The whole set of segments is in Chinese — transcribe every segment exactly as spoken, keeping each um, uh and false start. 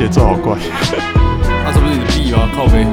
节奏好怪。 那、啊、这不是你的 B 吗？靠背。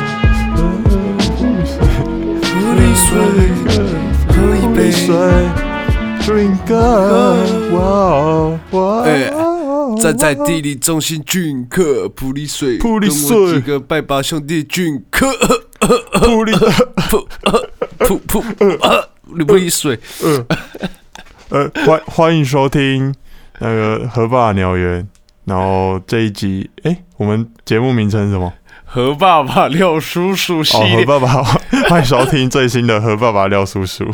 普利水，喝一杯水 ，Drink up， 哇哇！ 哎，站在地理中心俊克，普利水， 普利水， 跟我几个拜把兄弟俊克， 普利普普普普普利水。 呃，欢欢迎收听那个河爸鸟园，然后这一集，哎、欸，我们节目名称是什么？ 河爸爸廖叔叔系列。 哦，河爸爸，欢迎收听最新的河爸爸廖叔叔。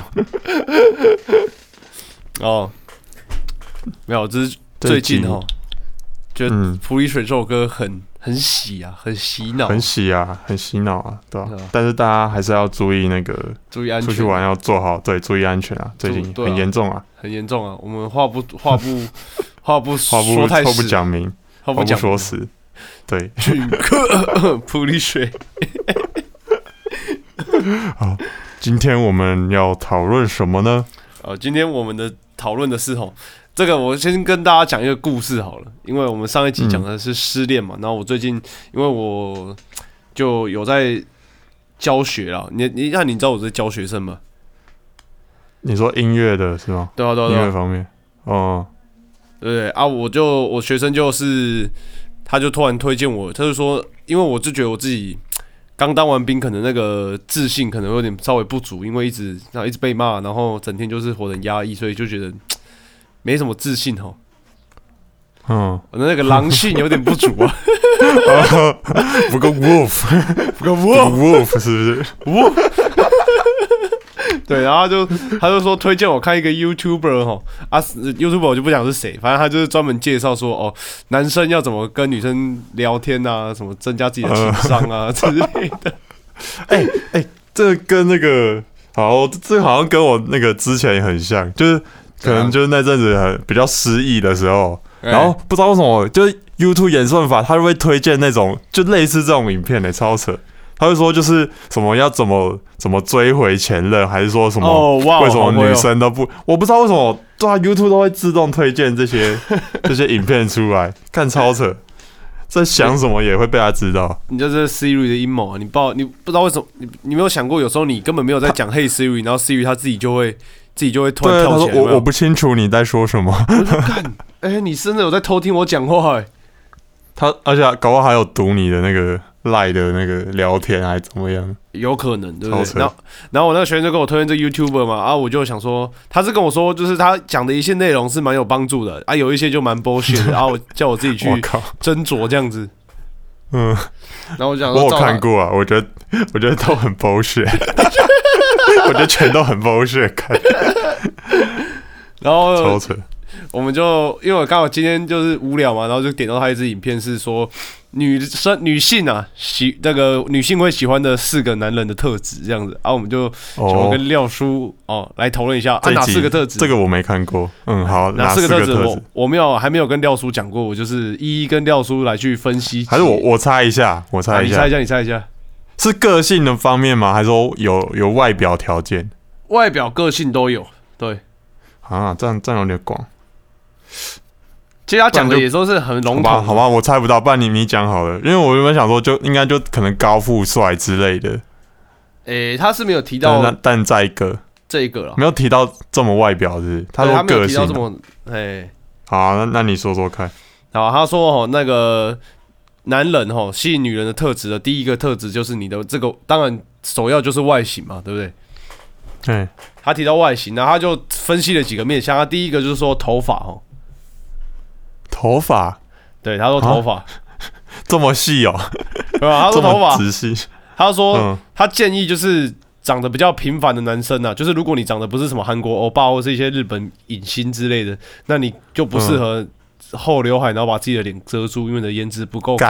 哦，没有，这是最近哈，觉得《普利水》这首歌很很洗啊，很洗脑， 很洗啊，很洗脑啊，对吧、啊？但是大家还是要注意那个， 注意安全， 出去玩要做好，对，注意安全啊，最近很严重啊， 很严重啊。我们话不话不话不话不说太话不讲明， 话不讲说死，对。 俊克普利水。 好，今天我们要讨论什么呢？ 呃，今天我们的讨论的是吼，这个我先跟大家讲一个故事好了，因为我们上一集讲的是失恋嘛，嗯、然后我最近因为我就有在教学啦，你你那你知道我是教学生吗？ 你说音乐的是吗？ 对啊对啊对啊， 音乐方面，哦， 对对啊，我就我学生就是，他就突然推荐我，他就说，因为我就觉得我自己刚当完兵，可能那个自信可能有点稍微不足，因为一直然后一直被骂，然后整天就是活得很压抑，所以就觉得没什么自信吼。嗯，我的那个狼性有点不足啊， 不够 wolf， 不够 wolf， wolf 是不是 ？wolf。对，然后他就他就说推荐我看一个 YouTuber 吼啊 ，YouTuber 我就不讲是谁，反正他就是专门介绍说哦，男生要怎么跟女生聊天啊，什么增加自己的情商啊、呃、之类的。 哎哎、欸欸，这个跟那个好，这个好像跟我那个之前也很像，就是可能就是那阵子很比较失意的时候，然后不知道为什么，就是 YouTube 演算法他会推荐那种就类似这种影片的、欸，超扯。他会说就是什么要怎么怎么追回前任，还是说什么、oh, wow, 为什么女生都不，我不知道为什么对啊 YouTube 都会自动推荐这些这些影片出来，看超扯，在想什么也会被他知道。 你就是 Siri 的阴谋啊！你不知道你不知道为什么你你没有想过，有时候你根本没有在讲 Hey Siri， 然后 Siri 他自己就会自己就会突然跳起来。 他说我我不清楚你在说什么。 我就干，哎、欸，你真的有在偷听我讲话哎、欸？ 他而且搞不好还有读你的那个。赖的那个聊天还是怎么样？ 有可能，对不对？然后，然后我那个学生就跟我推荐这 YouTuber 嘛，啊，我就想说，他是跟我说，就是他讲的一些内容是蛮有帮助的，啊，有一些就蛮 bullshit 的，然后我叫我自己去斟酌这样子。嗯，然后我就想说， 我有看过啊，我觉得我觉得都很 bullshit， 我觉得全都很 bullshit， 看。 然后超扯。 我们就因为我刚好今天就是无聊嘛，然后就点到他一支影片，是说女生女性啊喜那个女性会喜欢的四个男人的特质这样子啊，我们就就跟廖叔哦来讨论一下啊哪四个特质？ 这个我没看过，嗯好， 哪四个特质我我没有还没有跟廖叔讲过，我就是一一跟廖叔来去分析。 还是我我猜一下，我猜一下， 啊、你猜一下，你猜一下， 是个性的方面吗？还是说有有外表条件？ 外表、个性都有，对啊，这样这样有点广。 其实他讲的也都是很笼统， 好吧，好吧，我猜不到，不然你你讲好了，因为我原本想说就应该就可能高富帅之类的。 诶、欸，他是没有提到， 但但再一个这一个了， 没有提到这么外表是不是？他说个性、啊， 他没有提到这么，诶， 好、啊，那那你说说看。 好，他说哦，那个男人哦吸引女人的特质的第一个特质就是你的这个，当然首要就是外形嘛，对不对？ 对， 他提到外形，然后他就分析了几个面向，他第一个就是说头发哦。 头发， 对，他说头发、啊、 这么细哦， 对吧？他说头发仔细， 他说、嗯、他建议就是长得比较平凡的男生啊，就是如果你长得不是什么韩国欧巴或是一些日本影星之类的，那你就不适合后刘海，然后把自己的脸遮住，因为你的颜值不够高。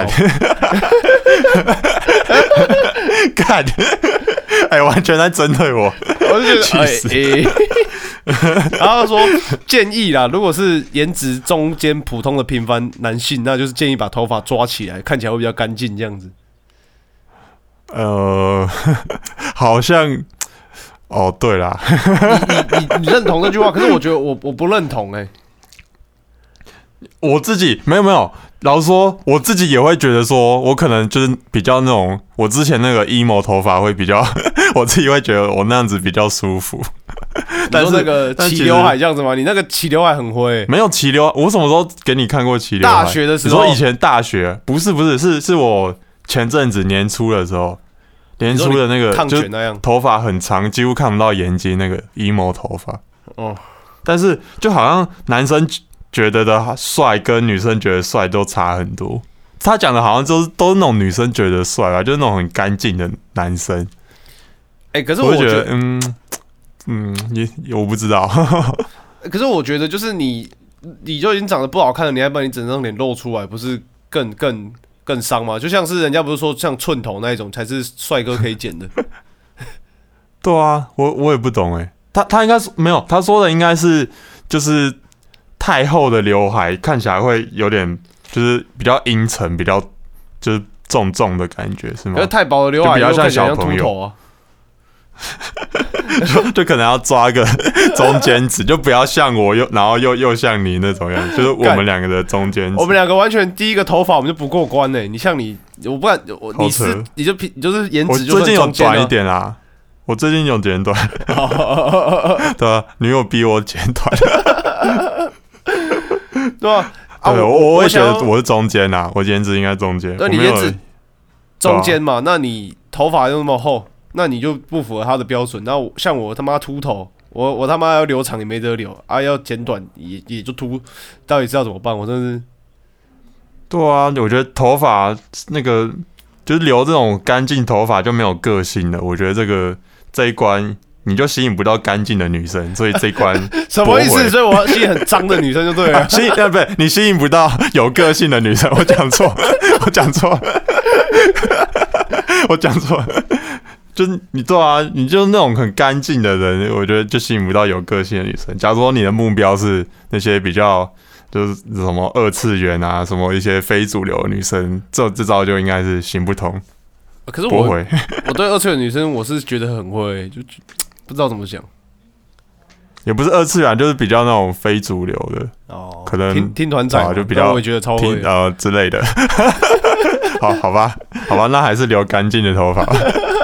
干，哎、欸，完全在针对我， 我就觉得哎哎。欸然后他说建议啦，如果是颜值中间普通的平凡男性，那就是建议把头发抓起来，看起来会比较干净这样子。 呃，好像哦，对啦， 你你你你认同这句话？可是我觉得我我不认同哎、欸， 我自己没有没有，老实说，我自己也会觉得说，我可能就是比较那种，我之前那个 emo 头发会比较，我自己会觉得我那样子比较舒服。 但是那个齐刘海这样子吗？你那个齐刘海很灰、欸， 没有齐刘海，我什么时候给你看过齐刘海？ 大学的时候， 你说以前大学不是不是是是我前阵子年初的时候，年初的那个就是头发很长，几乎看不到眼睛那个 emo 头发。 哦， 但是就好像男生觉得的帅跟女生觉得帅都差很多。他讲的好像就是都是那种女生觉得帅吧，就是那种很干净的男生。 哎、欸，可是我觉得，嗯嗯，也我不知道。 可是我觉得，就是你，你就已经长得不好看了，你还把你整张脸露出来，不是更更更伤吗？就像是人家不是说像寸头那一种才是帅哥可以剪的。 对啊，我我也不懂哎、欸，他他应该没有，他说的应该是就是太厚的刘海看起来会有点就是比较阴沉，比较就是重重的感觉是吗？ 可是太薄的刘海比较像小朋友啊。 就, 就可能要抓个中间值，就不要像我又然后又又像你那种样子，就是我们两个的中间值。 我们两个完全第一个头发我们就不过关呢、欸。你像你，我不敢，我你是你就你就是颜值就算中间、啊、 我最近有短一点啦，我最近有剪短，对啊，女友逼我剪短， 对吧、啊？ 对，我我会觉得我是中间啦，我颜值应该中间。 对，你颜值中间嘛、啊，那你头发又那么厚。那你就不符合他的标准。那像我他妈秃头，我我他妈要留长也没得留啊，要剪短也也就秃，到底是要怎么办？我真是。 对啊，我觉得头发那个就是留这种干净头发就没有个性了。我觉得这个这一关你就吸引不到干净的女生，所以这一关什么意思？所以我要吸引很脏的女生就对了。 啊、吸引啊，不对，你吸引不到有个性的女生。我讲错，我讲错，我讲错。就是你对啊，你就是那种很干净的人，我觉得就吸引不到有个性的女生。假如说你的目标是那些比较就是什么二次元啊，什么一些非主流的女生，这这招就应该是行不通。 可是我我对二次元女生我是觉得很会，就不知道怎么讲。 也不是二次元，就是比较那种非主流的哦， 可能听听团仔、啊、 就比较我也觉得超会呃之类的。好好吧，好吧，那还是留干净的头发。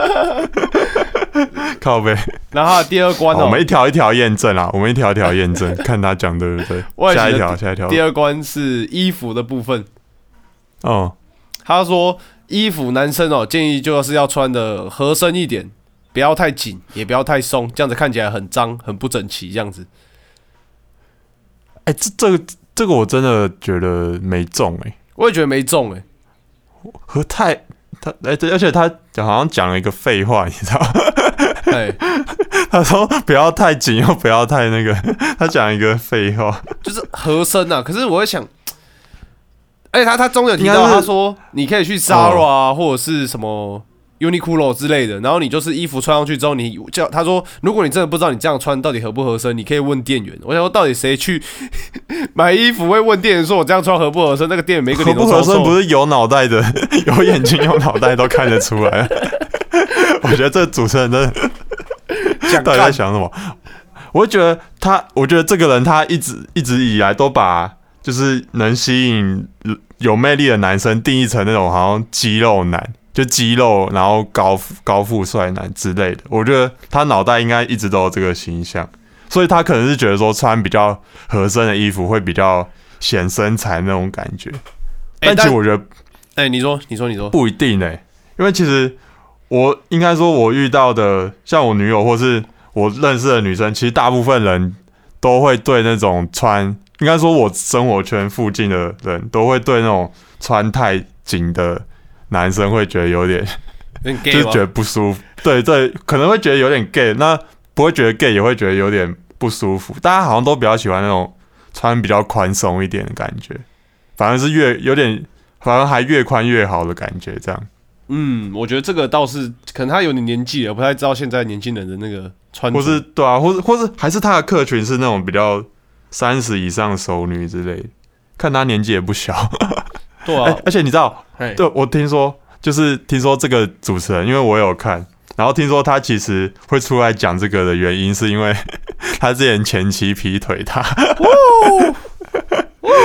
靠背， 然后第二关、喔、 我们一条一条验证啦，我们一条一条验证，看他讲对不对。下一条，下一条。 第二关是衣服的部分。 哦， 他说衣服男生哦、喔、建议就是要穿的合身一点，不要太紧，也不要太松，这样子看起来很脏、很不整齐，这样子。 哎、欸，这这个这个我真的觉得没中哎、欸， 我也觉得没中哎、欸。 和太他哎、欸，而且他好像讲了一个废话，你知道吗？ 对， 他说不要太紧，又不要太那个，他讲一个废话， 就是合身啊。可是我会想，而且他他中有提到，他说你可以去 Zara 啊，哦、或者是什么 Uniqlo 之类的，然后你就是衣服穿上去之后，你叫他说，如果你真的不知道你这样穿到底合不合身，你可以问店员。我想说，到底谁去买衣服会问店员说我这样穿合不合身？那个店员每个脸都合不合身不是有脑袋的，有眼睛有脑袋都看得出来。我觉得这个主持人真的到底在想什么？我觉得他，我觉得这个人他一直一直以来都把就是能吸引有魅力的男生定义成那种好像肌肉男，就肌肉然后高高富帅男之类的。我觉得他脑袋应该一直都有这个形象，所以他可能是觉得说穿比较合身的衣服会比较显身材那种感觉。但其实我觉得， 哎、欸，你说，你说，你说， 不一定哎、欸，因为其实。我应该说，我遇到的像我女友或是我认识的女生，其实大部分人都会对那种穿，应该说我生活圈附近的人都会对那种穿太紧的男生会觉得有点，就是觉得不舒服。对对，可能会觉得有点 gay， 那不会觉得 gay 也会觉得有点不舒服。大家好像都比较喜欢那种穿比较宽松一点的感觉，反而是越有点，反而还越宽越好的感觉，这样。 嗯，我觉得这个倒是可能他有点年纪了，不太知道现在年轻人的那个穿着， 或是对啊，或是或是还是他的客群是那种比较三十以上熟女之类的，看他年纪也不小。 对啊， 欸、而且你知道，对我听说就是听说这个主持人，因为我有看，然后听说他其实会出来讲这个的原因，是因为他之前前妻劈腿他。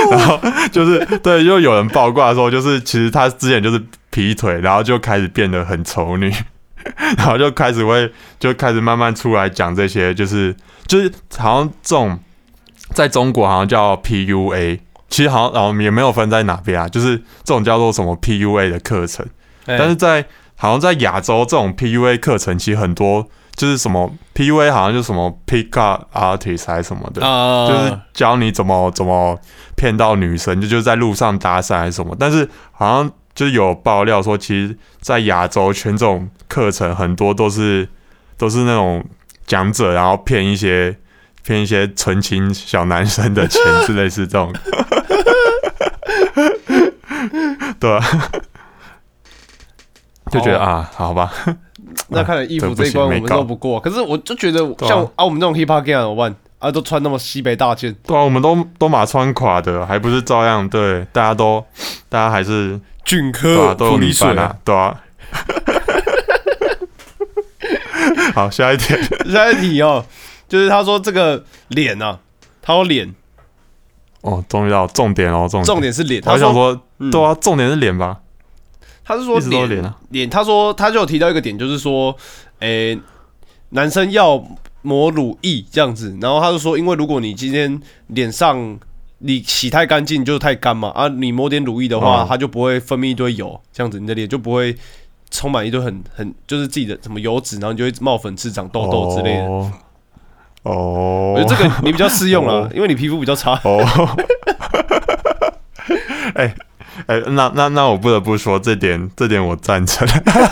然后就是对，就有人爆挂说，就是其实他之前就是劈腿，然后就开始变得很丑女，然后就开始会就开始慢慢出来讲这些，就是就是好像这种在中国好像叫 P U A， 其实好像然后也没有分在哪边啊，就是这种叫做什么 P U A 的课程，欸、但是在好像在亚洲这种 P U A 课程其实很多。就是什么 P U A 好像就是什么 pick up artist 还是什么的， uh, 就是教你怎么怎么骗到女生，就就是在路上搭讪还是什么。但是好像就是有爆料说，其实，在亚洲圈这种课程很多都是都是那种讲者，然后骗一些骗一些纯情小男生的钱，之类似这种。对啊，就觉得、oh. 啊，好吧。 那看来衣服这一关我们都不过，可是我就觉得像 啊, 啊我们这种 hip hop gang 怎么办啊？都穿那么西北大件， 对啊，我们都都马穿垮的，还不是照样对？大家都大家还是俊科普利水啊，对啊。好，下一题， 下一题哦，就是他说这个脸啊，他说脸， 哦，终于到重点哦，重点重点是脸。 我想说，嗯、对啊，重点是脸吧。 他是说脸脸、啊、脸，他说他就有提到一个点，就是说，诶、欸，男生要抹乳液这样子，然后他就说，因为如果你今天脸上你洗太干净就太干嘛啊，你抹点乳液的话，哦、它就不会分泌一堆油，这样子你的脸就不会充满一堆很很就是自己的什么油脂，然后你就会冒粉刺、长痘痘之类的。哦，哦我觉得这个你比较适用啦，哦、因为你皮肤比较差。哦， 哎。欸哎、欸，那那那我不得不说，这点这点我赞成，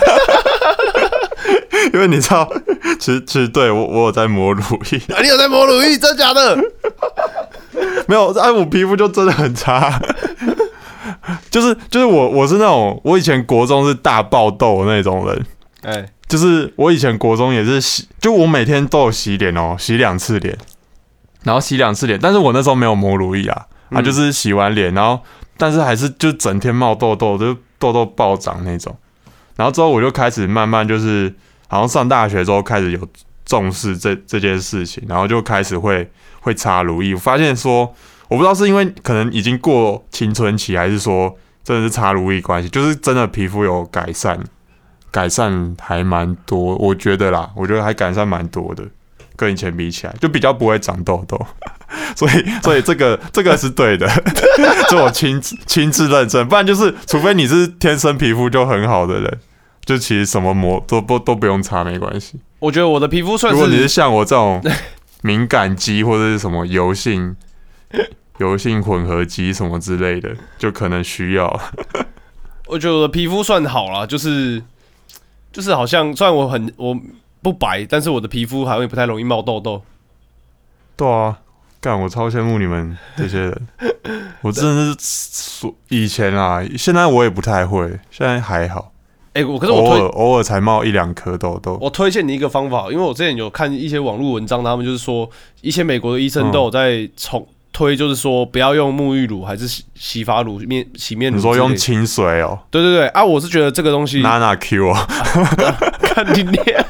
因为你知道，其实其实对我我有在抹乳液、 啊，你有在抹乳液，真的假的？ 没有，哎，我皮肤就真的很差，就是就是我我是那种我以前国中是大爆痘的那种人，哎、欸，就是我以前国中也是洗，就我每天都有洗脸哦，洗两次脸，然后洗两次脸，但是我那时候没有抹乳液啊，嗯、啊，就是洗完脸，然后。但是还是就整天冒痘痘，就痘痘暴涨那种。然后之后我就开始慢慢就是，好像上大学之后开始有重视这这件事情，然后就开始会会擦乳液。我发现说，我不知道是因为可能已经过青春期，还是说真的是擦乳液关系，就是真的皮肤有改善，改善还蛮多，我觉得啦，我觉得还改善蛮多的，跟以前比起来，就比较不会长痘痘。所以，所以这个这个是对的，这我亲自亲自认证，不然就是除非你是天生皮肤就很好的人，就其实什么膜都不都不用擦没关系。 我觉得我的皮肤算是， 如果你是像我这种敏感肌或者是什么油性油性混合肌什么之类的，就可能需要。 我觉得我的皮肤算好啦，就是就是好像虽然我很我不白，但是我的皮肤还会不太容易冒痘痘。 对啊。干，我超羡慕你们这些人，我真的是以前啊，现在我也不太会，现在还好。 哎、欸，我可是我推偶尔偶尔才冒一两颗痘痘。 我推荐你一个方法，因为我之前有看一些网络文章，他们就是说一些美国的医生都有在重推，就是说不要用沐浴乳还是洗洗发乳、面洗面乳。 你说用清水哦？ 对对对啊，我是觉得这个东西 Nana Q 哦， 看你脸。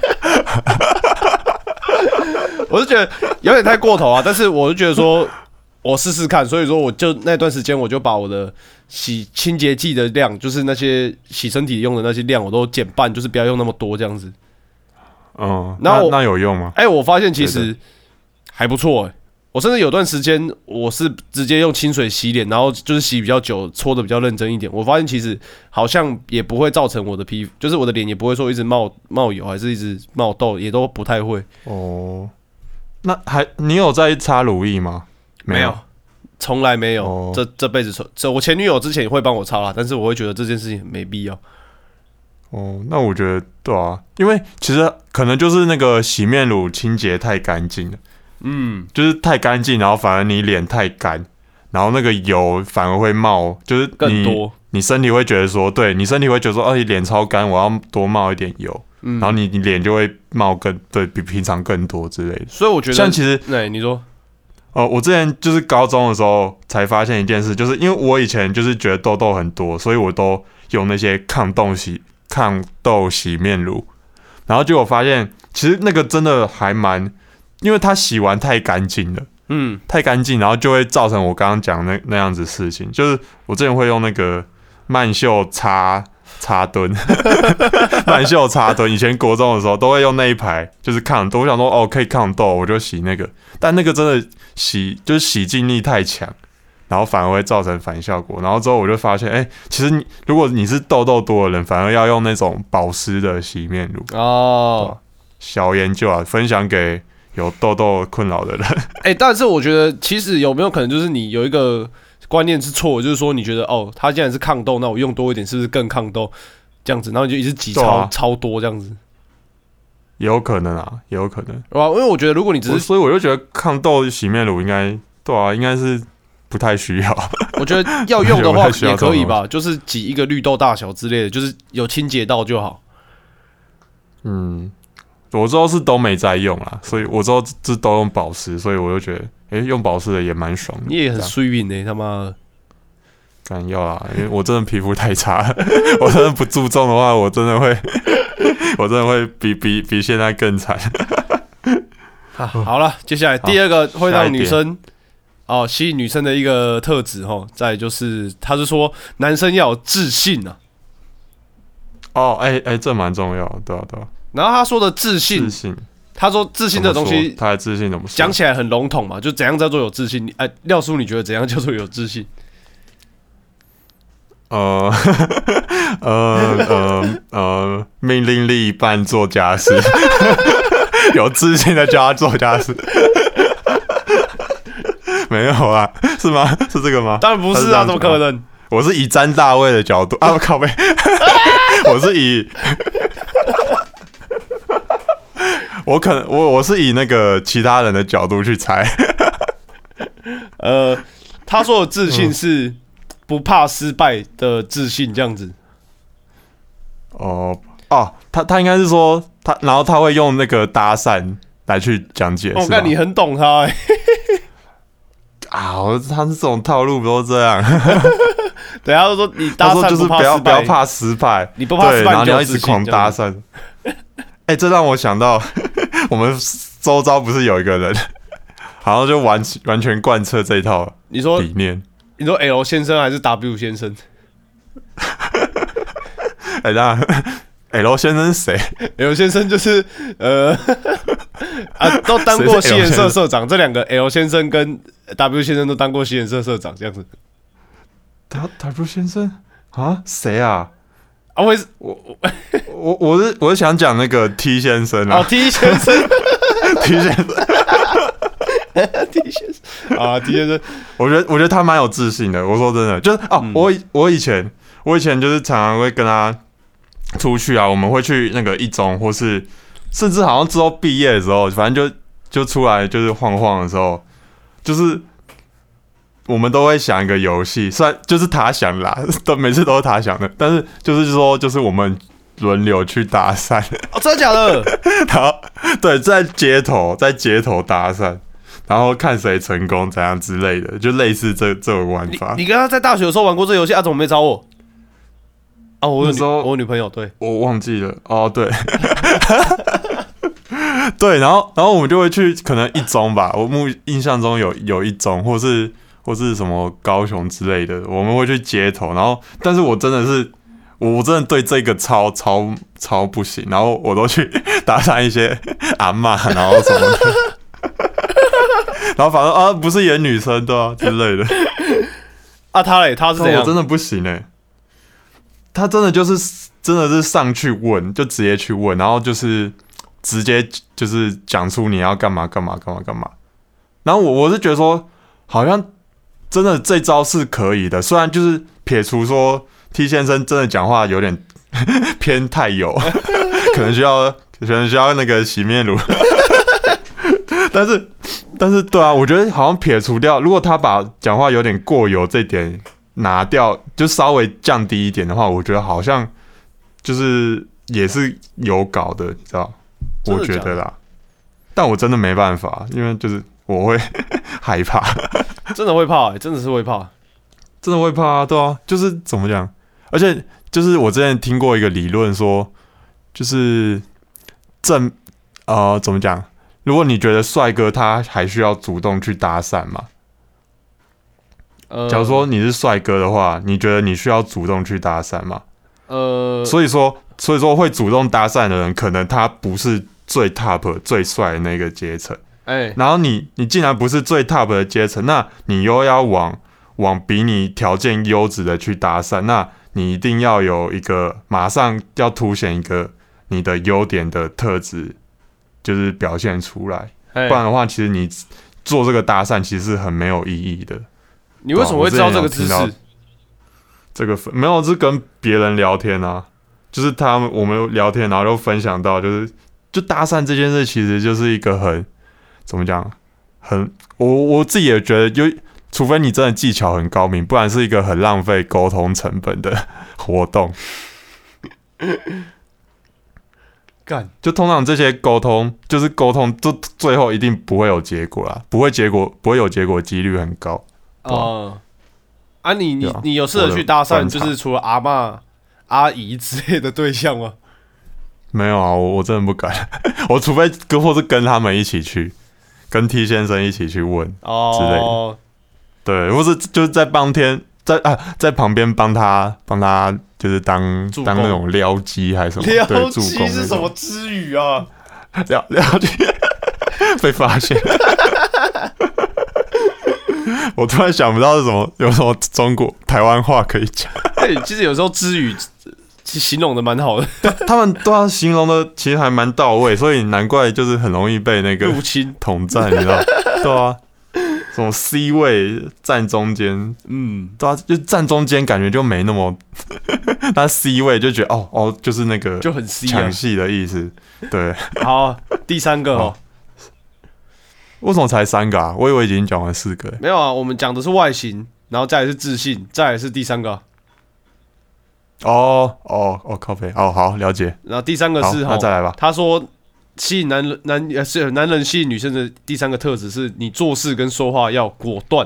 我是觉得有点太过头啊，但是我就觉得说，我试试看，所以说我就那段时间我就把我的洗清洁剂的量，就是那些洗身体用的那些量，我都减半，就是不要用那么多这样子。 嗯，那那有用吗？ 哎、欸，我发现其实还不错哎、欸。我甚至有段时间我是直接用清水洗脸，然后就是洗比较久，搓的比较认真一点。我发现其实好像也不会造成我的皮肤，就是我的脸也不会说一直冒冒油，还是一直冒痘，也都不太会。 哦。那还你有在擦乳液吗？ 没有，从来没有。哦、这这辈子这我前女友之前也会帮我擦啦，但是我会觉得这件事情没必要。 哦，那我觉得对啊，因为其实可能就是那个洗面乳清洁太干净了，嗯，就是太干净，然后反而你脸太干，然后那个油反而会冒，就是你更多， 你身体会觉得说，对你身体会觉得说，哦，你脸超干，我要多冒一点油。嗯、然后你你脸就会冒更对比平常更多之类的， 所以我觉得像其实， 对你说， 哦，我之前就是高中的时候才发现一件事，就是因为我以前就是觉得痘痘很多，所以我都用那些抗痘洗抗痘洗面乳，然后结果发现其实那个真的还蛮，因为它洗完太干净了， 嗯， 太干净，然后就会造成我刚刚讲那那样子的事情。就是我之前会用那个曼秀擦擦墩，曼秀擦墩，以前国中的时候都会用那一排，就是抗痘。我想说哦，可以抗痘，我就洗那个，但那个真的洗就是洗净力太强。然后反而会造成反效果，然后之后我就发现，哎、欸，其实你如果你是痘痘多的人，反而要用那种保湿的洗面乳哦。 小研究啊，分享给有痘痘困扰的人。 哎、欸，但是我觉得其实有没有可能就是你有一个观念是错的，就是说你觉得哦，它既然是抗痘，那我用多一点是不是更抗痘？这样子，然后你就一直挤超、啊、超多这样子， 也有可能啊，也有可能。 啊，因为我觉得如果你只是， 所以我就觉得抗痘洗面乳应该对啊，应该是。不太需要， 我觉得要用的话也可以吧，就是挤一个绿豆大小之类的，就是有清洁到就好。 嗯，我之后是都没在用啦，所以我之后是都用保湿，所以我就觉得，哎、欸，用保湿的也蛮爽的。 你也很衰运呢，他妈。 敢要啊，因为我真的皮肤太差，我真的不注重的话，我真的会，我真的会比比比现在更惨。 啊、好了，接下来第二个会让女生。哦，吸引女生的一个特质哈，再来就是他是说男生要有自信啊。 哦，哎、欸、哎、欸，这蛮重要的，对啊对啊。 然后他说的自信， 自信， 他说自信这东西， 他的自信怎么说？ 讲起来很笼统嘛，就怎样叫做有自信？哎、呃，廖叔，你觉得怎样叫做有自信？ 呃呃呃呃，命令另一半做家事，有自信的叫他做家事。没有啊，是吗？是这个吗？ 当然不是啊，怎么可能？ 我是以詹大卫的角度啊，靠背，我是以，我可能我我是以那个其他人的角度去猜。 呃，他说的自信是不怕失败的自信，这样子。 哦哦，他他应该是说他，然后他会用那个搭讪来去讲解。 我看你很懂他哎、欸。 啊，他是这种套路，不都这样？ 对，他说你搭讪就是不要不要怕失败， 你不怕失败， 然后你要一直狂搭讪。哎、欸，这让我想到，我们周遭不是有一个人，好像就完完全贯彻这一套你说理念。 你说 L 先生还是 W 先生？ 哎、欸，那 L 先生是谁 ？L 先生就是呃啊，都当过西研社社长。这两个 L 先生跟 W 先生都当过西研社社长，这样子。 W 先生啊？谁啊？ 啊，我我我我是我是想讲那个 T 先生啊。 哦 ，T 先生 ，T 先生 ，T 先生啊 ，T 先生， 我觉得我觉得他蛮有自信的。我说真的，就是哦，嗯、我我以前我以前就是常常会跟他出去啊，我们会去那个一中，或是甚至好像之后毕业的时候，反正就就出来就是晃晃的时候，就是我们都会想一个游戏，虽然就是他想啦，都每次都是他想的，但是就是说就是我们轮流去搭讪。 哦，真的假的？ 然后对，在街头在街头搭讪。然后看谁成功，怎样之类的，就类似这这种玩法。 你跟他在大学的时候玩过这个游戏啊？怎么没找我？啊，我有女，我有女朋友，对， 我忘记了。哦，对，对，然后然后我们就会去可能一中吧，我目印象中有有一中，或是或是什么高雄之类的，我们会去街头。然后，但是我真的是，我真的对这个超超超不行。然后我都去搭讪一些阿嬷，然后什么的。然后反正啊，不是演女生对啊之类的。 啊，他嘞，他是怎样？ 我真的不行哎、欸。他真的就是真的是上去问，就直接去问，然后就是直接就是讲出你要干嘛干嘛干嘛干嘛。然后我我是觉得说，好像真的这招是可以的，虽然就是撇除说 T 先生真的讲话有点偏太油，可能需要可能需要那个洗面乳。但是，但是，对啊，我觉得好像撇除掉，如果他把讲话有点过油这点拿掉，就稍微降低一点的话，我觉得好像就是也是有搞的，你知道？我觉得啦，但我真的没办法，因为就是我会害怕， 真的会怕、欸，真的是会怕， 真的会怕啊，对啊，就是怎么讲？而且就是我之前听过一个理论说，就是正呃怎么讲？ 如果你觉得帅哥他还需要主动去搭讪吗？ 呃， 假如说你是帅哥的话，你觉得你需要主动去搭讪吗？ 呃， 所以说，所以说会主动搭讪的人，可能他不是最 top 最帅的那个阶层。 哎、欸， 然后你你既然不是最 top 的阶层，那你又要往往比你条件优质的去搭讪，那你一定要有一个马上要凸显一个你的优点的特质，就是表现出来。 欸、 不然的话，其实你做这个搭讪其实是很没有意义的。 你为什么会知道这个知识？ 这个没有是跟别人聊天啊，就是他们我们聊天，然后就分享到，就是就搭讪这件事，其实就是一个很怎么讲，很我我自己也觉得，就除非你真的技巧很高明，不然是一个很浪费沟通成本的活动。 干， 就通常这些沟通，就是沟通，就最后一定不会有结果啦，不会结果，不会有结果，几率很高。 哦、呃，啊你，你你啊你有试着去搭讪，就是除了阿嬷、阿姨之类的对象吗？ 没有啊，我我真的不敢，我除非跟或是跟他们一起去，跟 T 先生一起去问之类的，哦、对，或是就是在当天在啊在旁边帮他帮他就是当当那种撩机还是什么？ 撩机是什么之语啊？ 撩撩机被发现。我突然想不到是什么，有什么中国台湾话可以讲。 对，其实有时候之语形容的蛮好的， 他们对他形容的其实还蛮到位，所以难怪就是很容易被那个入侵统战，你知道？对啊，什么 C 位站中间，嗯，对啊，就站中间感觉就没那么，但 C 位就觉得哦哦，就是那个就很 C 抢戏的意思，对。 好，第三个哦。 为什么才三个啊？我以为已经讲完四个。 没有啊，我们讲的是外形，然后再来是自信，再来是第三个、啊。 哦哦哦，靠北，哦好了解。 然后第三个是， 那再来吧。 他说吸引男人男呃是男人吸引女生的第三个特质是你做事跟说话要果断。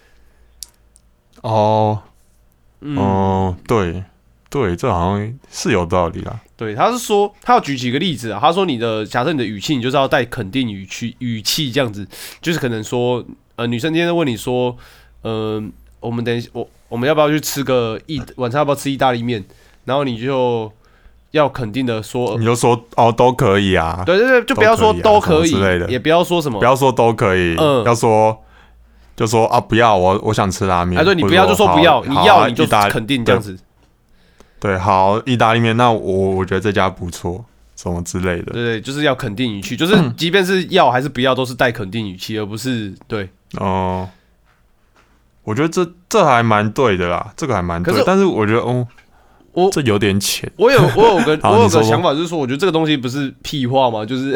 哦，嗯、哦，对对，这好像是有道理啦。 对，他是说他要举几个例子啊。他说你的假设你的语气，你就是要带肯定语气语气这样子，就是可能说呃女生今天问你说，呃我们等一我我们要不要去吃个意晚上要不要吃意大利面？然后你就要肯定的说， 你就说哦都可以啊。 对对对，就不要说都可以， 之类的， 也不要说什么， 不要说都可以，嗯，要说就说啊不要，我我想吃拉面。 哎，对你不要就说不要，你要你就肯定这样子。 对，好，意大利面，那我我觉得这家不错，什么之类的。 对对，就是要肯定语气，就是即便是要还是不要，都是带肯定语气，而不是对。 哦，我觉得这这还蛮对的啦，这个还蛮对。是但是我觉得，哦，我这有点浅。 我有我有个我有个想法，就是说，我觉得这个东西不是屁话吗？就是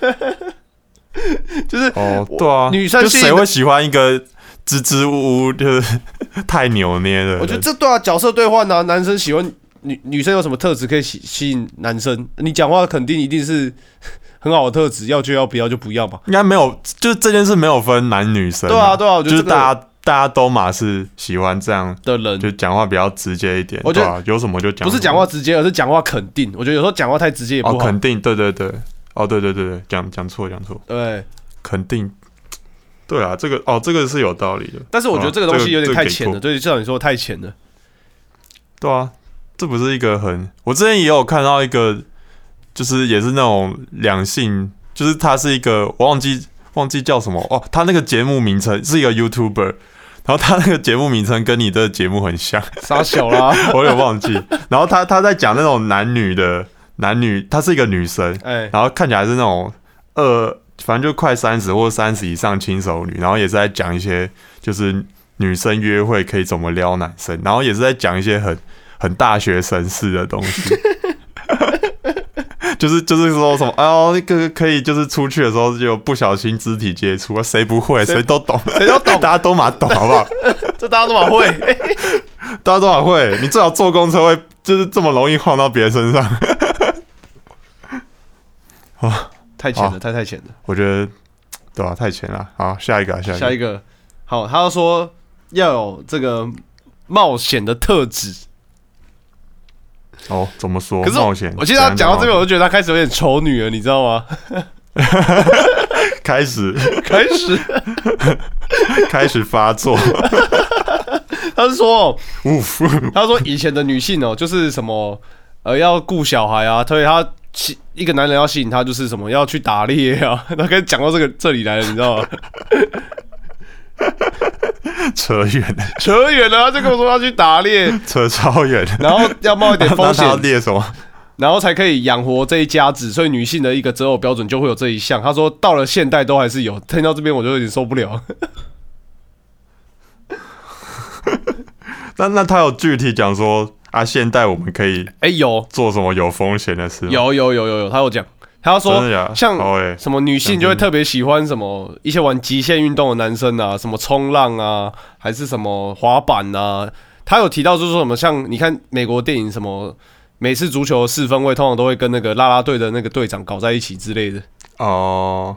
就是哦，对啊， 女生就谁会喜欢一个？支支吾吾就是太扭捏了。 我觉得这对啊，角色兑换啊，男生喜欢女女生有什么特质可以吸吸引男生？你讲话肯定一定是很好的特质，要就要，不要就不要嘛。 应该没有，就是这件事没有分男女生、啊。 对啊，对啊，我觉得、 这个、就是大家大家都嘛是喜欢这样的人， 就讲话比较直接一点。 我觉得、 啊、有什么就讲， 不是讲话直接，而是讲话肯定。我觉得有时候讲话太直接也不好。 哦，肯定，对对对，哦，对对对对，讲讲错讲错， 对， 肯定。对啊，这个哦，这个是有道理的， 但是我觉得这个东西有点太浅了，对，就像你说太浅了。 对啊，这不是一个很……我之前也有看到一个，就是也是那种两性，就是他是一个我忘记忘记叫什么哦，他那个节目名称是一个 YouTuber， 然后他那个节目名称跟你的节目很像， 傻小啦， 我有忘记。然后他他在讲那种男女的男女，她是一个女生，欸、然后看起来是那种二。反正就快三十或三十以上轻熟女，然后也是在讲一些就是女生约会可以怎么撩男生，然后也是在讲一些很很大学生式的东西，就是就是说什么哦，那个可以就是出去的时候就不小心肢体接触，谁不会？谁都懂， 谁都懂， 大家都嘛懂，好不好？ 这大家都嘛会， 大家都嘛会。你最好坐公车会就是这么容易晃到别人身上， 哦。太浅了，太太浅了。 我觉得，对啊，太浅了。好，下一个，下一个， 下一个。好，他说要有这个冒险的特质。 哦，怎么说？ 可是冒险。 我其实他讲到这边，我就觉得他开始有点丑女了，你知道吗？ 开始开始开始发作。 他是说， 呜， 他说以前的女性哦，就是什么呃要顾小孩啊，所以他一个男人要吸引她，就是什么要去打猎啊。他跟讲到这个这里来了，你知道吗？ 扯远了， 扯远了，他就跟我说要去打猎， 扯超远， 然后要冒一点风险， 要猎什么？ 然后才可以养活这一家子，所以女性的一个择偶标准就会有这一项。他说到了现代都还是有，听到这边我就有点受不了。 那那他有具体讲说啊，现代我们可以哎有做什么有风险的事吗？ 有有有有有，他有讲，他说像什么女性就会特别喜欢什么一些玩极限运动的男生啊，什么冲浪啊，还是什么滑板啊。他有提到就是说什么像你看美国电影什么。每次足球四分卫通常都会跟那个啦啦队的那个队长搞在一起之类的。 哦，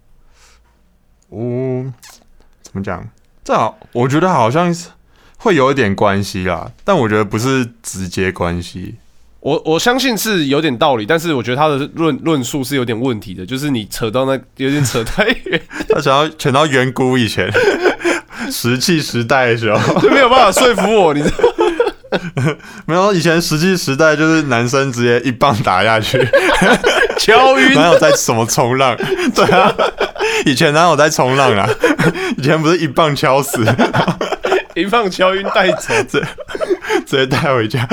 哦，怎么讲？这好，我觉得好像会有一点关系啦，但我觉得不是直接关系。 我我相信是有点道理，但是我觉得他的论论述是有点问题的，就是你扯到那有点扯太远。 他想要扯到远古以前石器时代的时候， 就没有办法说服我，你知道吗？ 没有，以前石器时代就是男生直接一棒打下去， 敲晕， 哪有在什么冲浪？对啊，以前哪有在冲浪啊？以前不是一棒敲死， 一棒敲晕带走， 直直接带回家。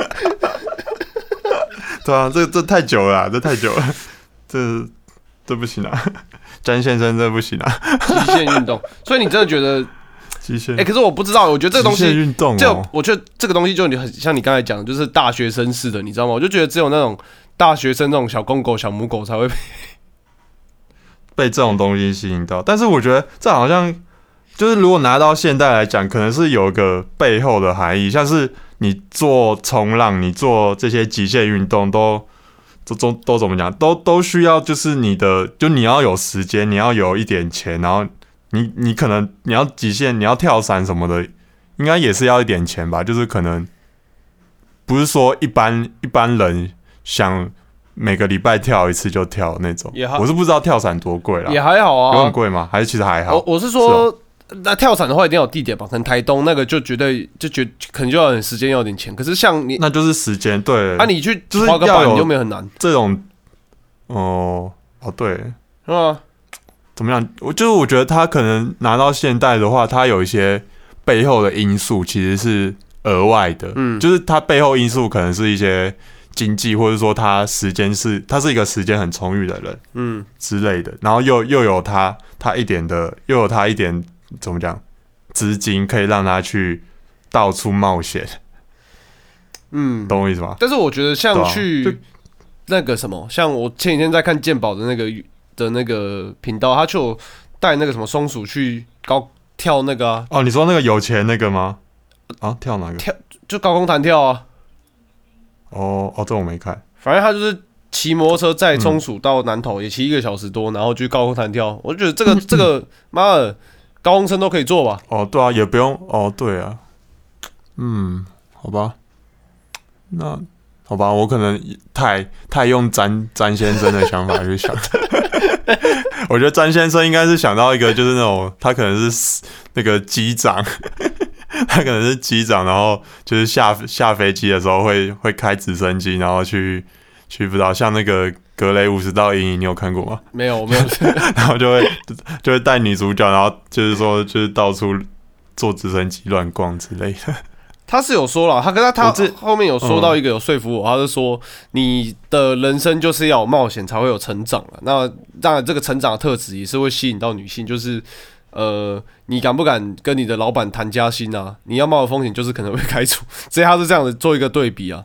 对啊，这这太久了啦，这太久了，这这不行啊，詹先生这不行啊， 极限运动，所以你真的觉得？ 极限， 哎、欸，可是我不知道，我觉得这个东西， 极限运动、哦， 就我觉得这个东西就很像你刚才讲的，就是大学生式的，你知道吗？我就觉得只有那种大学生那种小公狗、小母狗才会被被这种东西吸引到。但是我觉得这好像就是如果拿到现代来讲，可能是有一个背后的含义，像是你做冲浪，你做这些极限运动都。都都都怎么讲？都都需要，就是你的，就你要有时间，你要有一点钱，然后你你可能你要极限，你要跳伞什么的，应该也是要一点钱吧？就是可能不是说一般一般人想每个礼拜跳一次就跳那种。我是不知道跳伞多贵啦， 也还好啊， 有很贵吗？还是其实还好？ 我我是说。是那跳伞的话，一定要有地点吧？可能台东那个就绝对就绝可能就要有点时间，要有点钱。可是像你， 那就是时间对。 啊，你去滑个板，你又没有很难。 这种哦哦对， 是吗？ 怎么样？我就是我觉得他可能拿到现代的话，他有一些背后的因素其实是额外的，嗯，就是他背后因素可能是一些经济，或者说他时间是他是一个时间很充裕的人，嗯之类的。然后又又有他他一点的，又有他一点。怎么讲？资金可以让他去到处冒险，嗯，懂我意思吗？ 但是我觉得像去那个什么，像我前几天在看健保的那个的那个频道，他就带那个什么松鼠去高跳那个、啊、 哦，你说那个有钱那个吗？啊，跳哪个？ 跳就高空弹跳啊。 哦哦，这我没看。 反正他就是骑摩托车载松鼠到南投，嗯、也骑一个小时多，然后去高空弹跳。我就觉得这个这个妈的。高中生都可以做吧？ 哦，对啊，也不用哦，对啊，嗯，好吧，那好吧，我可能太太用詹詹先生的想法去想，我觉得詹先生应该是想到一个，就是那种他可能是那个机长，他可能是机长，然后就是下下飞机的时候会会开直升机，然后去去不知道像那个。格雷五十道阴影，你有看过吗？ 没有，没有。 然后就会就会带女主角，然后就是说就是到处坐直升机乱逛之类的。 他是有说了，他跟他他后面有说到一个有说服我，嗯、他是说你的人生就是要有冒险才会有成长了。那当然，这个成长的特质也是会吸引到女性，就是呃，你敢不敢跟你的老板谈加薪啊？你要冒的风险就是可能会开除，所以他是这样子做一个对比啊。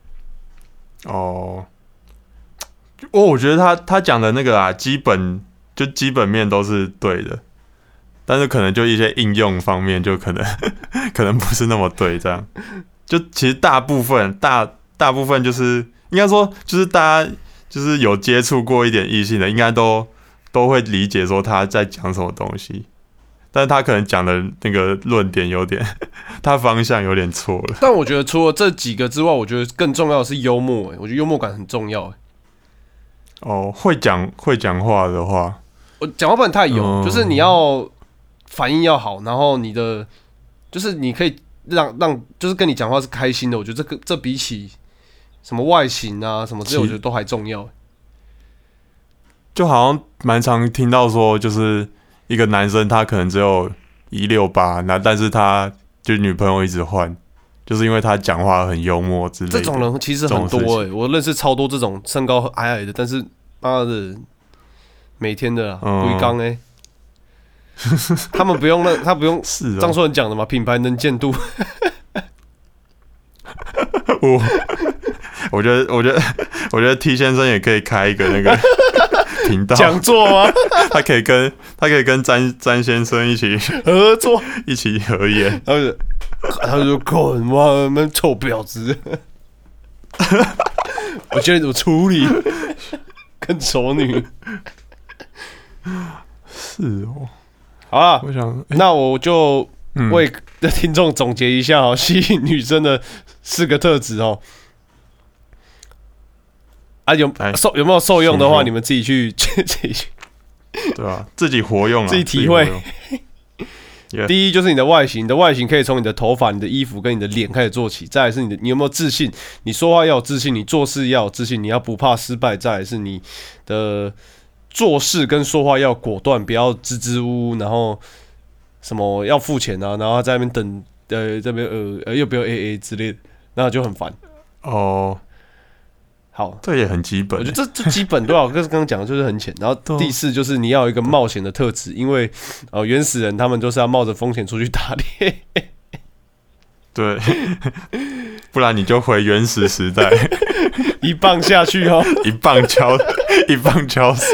哦。哦，我觉得他他讲的那个啊，基本就基本面都是对的，但是可能就一些应用方面就可能可能不是那么对，这样。就其实大部分大大部分就是应该说就是大家就是有接触过一点异性的，应该都都会理解说他在讲什么东西，但是他可能讲的那个论点有点，他方向有点错了。 但我觉得除了这几个之外，我觉得更重要的是幽默、欸，我觉得幽默感很重要、欸。 哦，会讲会讲话的话， 我讲话不能太油， 嗯就是你要反应要好，然后你的就是你可以让让就是跟你讲话是开心的，我觉得这个这比起什么外形啊什么这些，我觉得都还重要。 就好像蛮常听到说，就是一个男生他可能只有一六八，那但是他就女朋友一直换，就是因为他讲话很幽默之类的。 这种人其实很多哎、欸，我认识超多这种身高矮矮的，但是妈的每天的龟缸哎，他们不用那他不用是张硕仁讲的嘛，品牌能见度。 我我觉得我觉得我觉得 T 先生也可以开一个那个频道讲座吗？ 他可以跟他可以跟詹詹先生一起合作， 一起合演。 他就他就说：“干妈们臭婊子！”我觉得怎么处理？跟丑女。 是哦， 好了， 我想，欸、 那我就为嗯听众总结一下哦，吸引女生的四个特质哦。啊，有受有没有受用的话，你们自己去自己去， 对吧、啊？自己活用啊， 自己体会。 Yeah. 第一就是你的外形，你的外形可以从你的头发、你的衣服跟你的脸开始做起。再来是你的，你有没有自信？你说话要有自信，你做事要有自信，你要不怕失败。再来是你的做事跟说话要果断，不要支支吾吾，然后什么要付钱啊，然后在那边等，呃，这边呃呃又不要 A A 之类的，那就很烦。 哦。 好， 这也很基本。 我觉得这这基本对啊，跟刚刚讲的就是很浅。然后第四就是你要有一个冒险的特质，因为呃原始人他们都是要冒着风险出去打猎。 对，不然你就回原始时代， 一棒下去哦， 一棒敲，一棒敲死。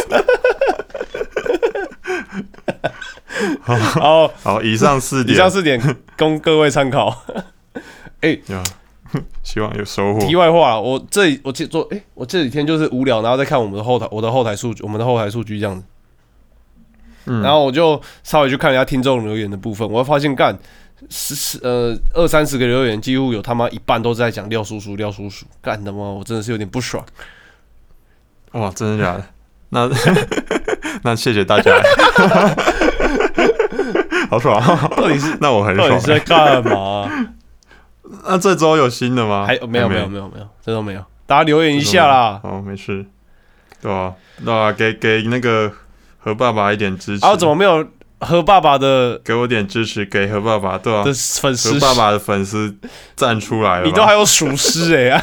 好， 好， 好，以上四点， 以上四点供各位参考。哎、 欸，希望有收获。 题外话，我这里我这做哎、欸，我这几天就是无聊，然后再看我们的后台，我的后台数据，我们的后台数据这样子。嗯，然后我就稍微去看一下听众留言的部分，我会发现干十十呃二三十个留言，几乎有他妈一半都在讲廖叔叔，廖叔叔，干的吗？我真的是有点不爽。 哇，真的假的？那那谢谢大家，好爽！ 到底是那我很爽。 到底是在干嘛？ 那这周有新的吗？ 还没有没有没有没有，这都没有。大家留言一下啦。 好，没事。对啊，对啊，给给那个何爸爸一点支持。 啊，怎么没有何爸爸的？ 给我点支持，给何爸爸，对啊， 的粉丝， 何爸爸的粉丝站出来了。 你都还有属狮哎、欸！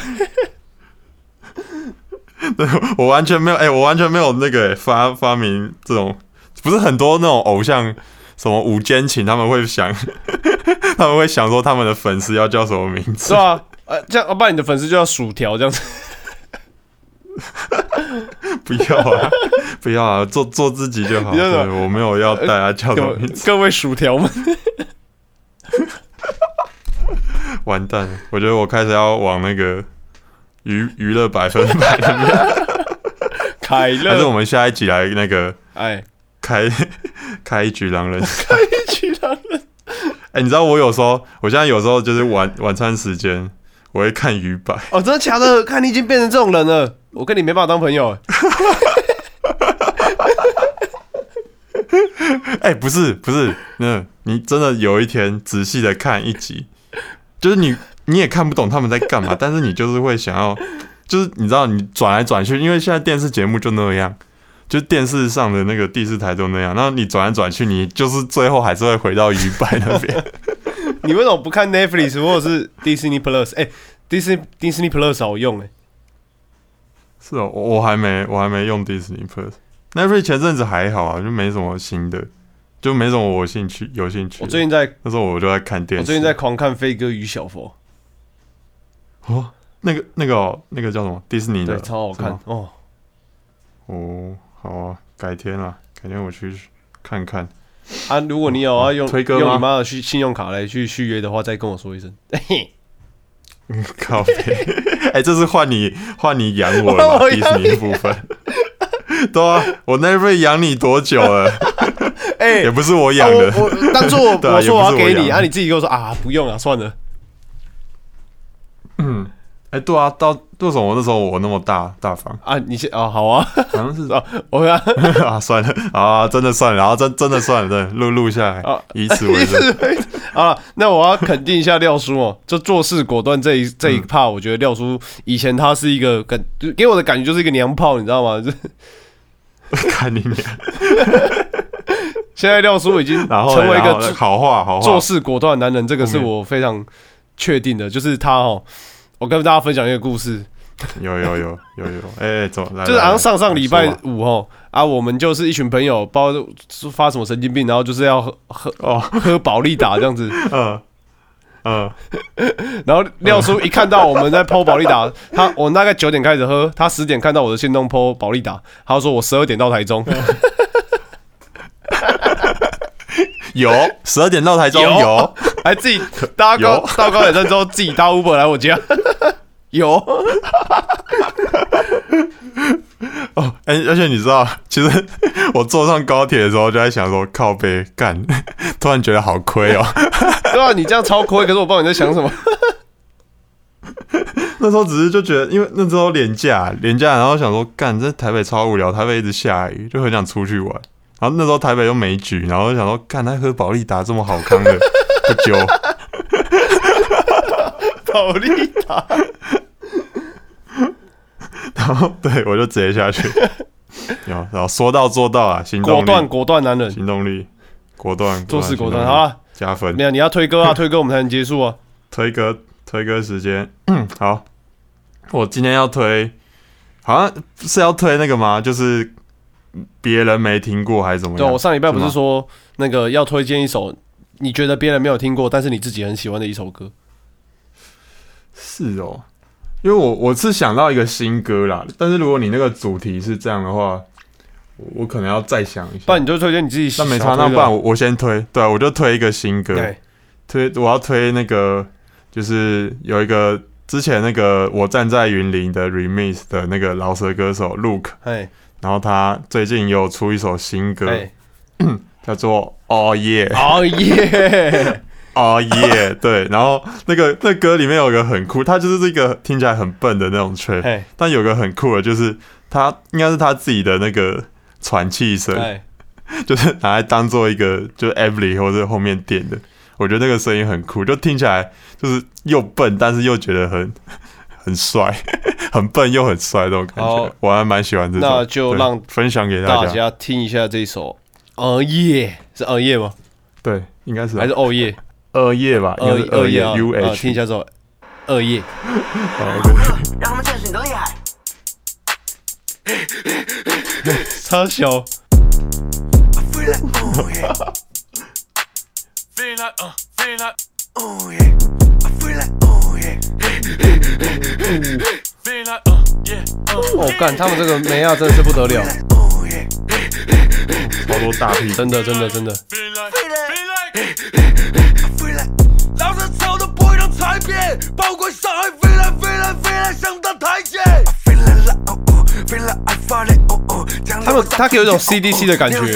对，我完全没有，哎、欸，我完全没有那个、欸、发发明这种，不是很多那种偶像什么五间情，他们会想，他们会想说他们的粉丝要叫什么名字？ 是啊，呃，这样，要不然你的粉丝就叫薯条这样子。 不要啊，不要啊，做做自己就好。对，我没有要大家叫什么名字。 各位薯条们， 完蛋了！我觉得我开始要往那个娱娱乐百分百那边。 凯乐， 还是我们下一集来那个， 哎， 开开一局狼人， 开一局狼人。 哎、欸，你知道我有时候，我现在有时候就是晚晚餐时间，我会看鱼百。 哦，真的假的？看你已经变成这种人了，我跟你没办法当朋友。 哎、欸，不是不是，那你真的有一天仔细的看一集，就是你你也看不懂他们在干嘛，但是你就是会想要，就是你知道你转来转去，因为现在电视节目就那样，就是电视上的那个第四台都那样，然后你转来转去，你就是最后还是会回到鱼百那边。 你为什么不看 Netflix 或者是 Disney Plus？ 哎、欸、，Disney Disney Plus 好用哎、欸。 是哦，我还没我还没用 Disney Plus。Netflix 前阵子还好啊，就没什么新的，就没什么我兴趣有兴趣。 我最近在那时候我就在看电视， 我最近在狂看《飞哥与小佛》。 哦，那个那个、哦、那个叫什么？迪士尼的， 对，超好看哦。 哦，好啊，改天啊，改天我去看看。 啊，如果你有要用、 推歌用你妈的信用卡来去续约的话，再跟我说一声。 靠北，哎、欸，这是换你换你养我了吧？迪士尼部分。对啊，我 Netflix 养你多久了？哎、欸，也不是我养的。 啊、我, 我当初我, 啊、 我说我要给你，啊，你自己跟我说啊，不用啊，算了。 嗯， 哎、欸，对啊，到为什么那时候我那么大大方啊？你先哦，好啊， 好像是啊，我啊啊，算了啊，真的算了，然后真真的算了，对，录录下来，啊、以此为证。 啊，那我要肯定一下廖叔哦，就做事果断这一这一 part，、嗯、我觉得廖叔以前他是一个感，给我的感觉就是一个娘炮，你知道吗？就看你娘。 现在廖叔已经成为一个好话好话做事果断的男人，这个是我非常确定的。就是他哦，我跟大家分享一个故事。 有有有有有，哎、欸，走，来， 就是好像上上礼拜五哦，啊，我们就是一群朋友，不知道发什么神经病，然后就是要喝喝哦喝保利达这样子。嗯嗯，然后廖叔一看到我们在剖保利达，他我大概九点开始喝，他十点看到我的限动剖保利达，他说我十二点到台中。 有十二点到台中 有, 有， 还自己搭高到高铁站之后自己搭 Uber 来我家，有。 哦，哎、欸，而且你知道，其实我坐上高铁的时候就在想说，靠北干，突然觉得好亏哦。 对啊，你这样超亏，可是我不知道你在想什么。 那时候只是就觉得，因为那时候连假连假，然后想说，干这台北超无聊，台北一直下雨，就很想出去玩。然后那时候台北又没局，然后就想说，干他喝保利达这么好康的，不揪。 保利达。 然后对我就直接下去，有，然后说到做到啊，行动力， 果断果断男人， 行动力，果断， 做事果断，好了， 加分。 没有，你要推歌啊，推歌我们才能结束啊。 推歌，推歌时间，好，我今天要推，好像是要推那个吗？就是别人没听过还是怎么样？ 对，我上礼拜不是说那个要推荐一首你觉得别人没有听过，但是你自己很喜欢的一首歌？ 是哦。因为我我是想到一个新歌啦，但是如果你那个主题是这样的话，我, 我可能要再想一下。 不然你就推荐你自己想推的。 那没差，那不然 我, 我先推，对、啊，我就推一个新歌，推我要推那个就是有一个之前那个我站在云林的 remix 的那个饶舌歌手 Luke， 然后他最近有出一首新歌，叫做 Oh Yeah，Oh Yeah。 哦耶，对，然后那个那歌里面有一个很酷，它就是这个听起来很笨的那种 trap， 但有个很酷的，就是它应该是他自己的那个喘气声，就是拿来当做一个就是 Everly 或者后面垫的，我觉得那个声音很酷，就听起来就是又笨，但是又觉得很很帅，很笨又很帅那种感觉，我还蛮喜欢这首。 那就让分享给大家听一下这首哦耶，是哦耶吗？ 对，应该是还是哦耶。 二叶吧，应该是二叶 U H， 听一下这首二叶。 让他们见识你的厉害。 超小。哦，干，他们这个梅亚真的是不得了， 超多大屁， 真的真的真的。 老子吵都不会让踩扁，包括上海飞来飞来飞来上到台阶。 他们他给我一种 C D C 的感觉。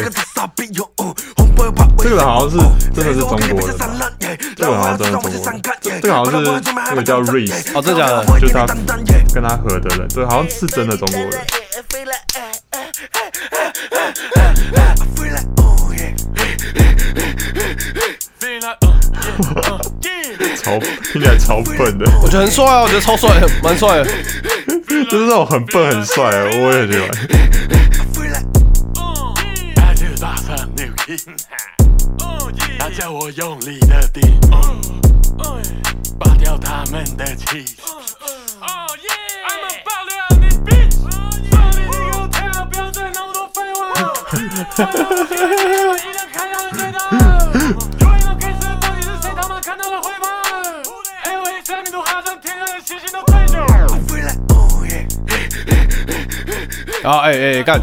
这个好像是真的是中国的，这个好像真的是中国的，这个好像是那个叫 Reese， 哦，真的假的？ 就是他跟他合的人，对，好像是真的中国人。超听起来超笨的， 我觉得很帅啊，我觉得超帅，蛮帅的， 就是那种很笨很帅的，我也很喜欢。他叫我用力的顶，拔掉他们的气。 啊，哎哎干！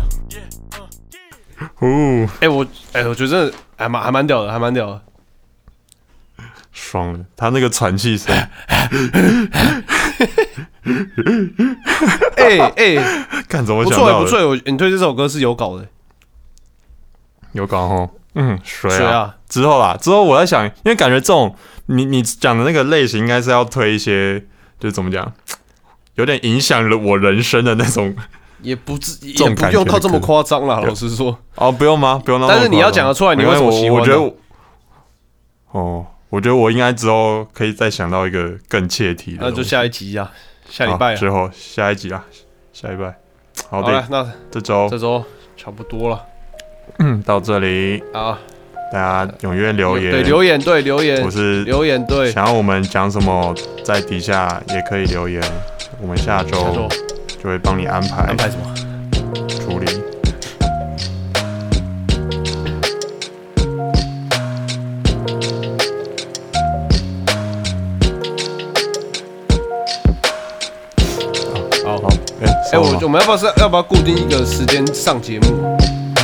哦， 哎我哎我觉得真的还蛮还蛮屌的，还蛮屌的。 爽了，他那个喘气声。 哎哎， 干怎么不想到的？ 错不错，我你对这首歌是有搞的， 有搞吼。嗯，水啊， 水啊之后啦，之后我在想，因为感觉这种你你讲的那个类型，应该是要推一些，就是怎么讲， 有点影响了我人生的那种。 也不至也不用到这么夸张啦，老实说。 哦，不用吗？不用那么夸张。 但是你要讲得出来，你为什么喜欢？ 我觉得，哦，我觉得我应该之后可以再想到一个更切题的。 那就下一集啊，下礼拜啊。 之后下一集啊，下礼拜。好的， 好那这周这周差不多了。 嗯，到这里啊， 大家踊跃留言。 对，留言对留言。 我是留言对。 想要我们讲什么，在底下也可以留言。我们下周就会帮你安排。 安排什么？ 处理。 好好，哎哎，我我们要不要是要不要固定一个时间上节目？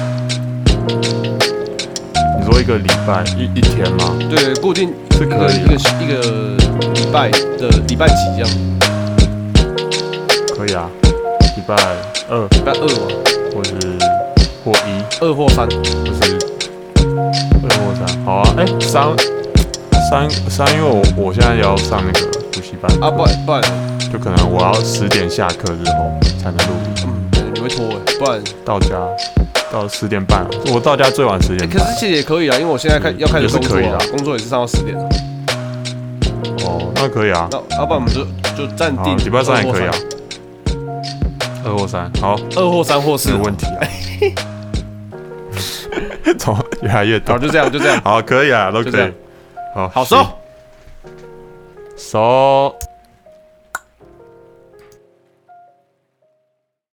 你说一个礼拜一一天吗？ 对，固定是可以一个一个礼拜的礼拜几这样。 可以啊，礼拜二， 礼拜二吗？ 或是或一， 二或三， 不是二或三。好啊，哎、欸，三三三，因为我我现在也要上那个补习班啊，不然不然， 就可能我要十点下课之后才能录音。 嗯，你会拖哎，不然到家到十点半，我到家最晚十点半。 欸、可是其实也可以啊，因为我现在开、嗯、要开始工作了、 啊， 工作也是上到十点了。 哦，那可以啊。 那要不然我们就就暂定礼拜三也可以啊。二或三，好， 二或三或四， 没有问题啊。怎么越来越多？ 好，就这样，就这样。 好，可以啊，都可以。好， 好收， 收。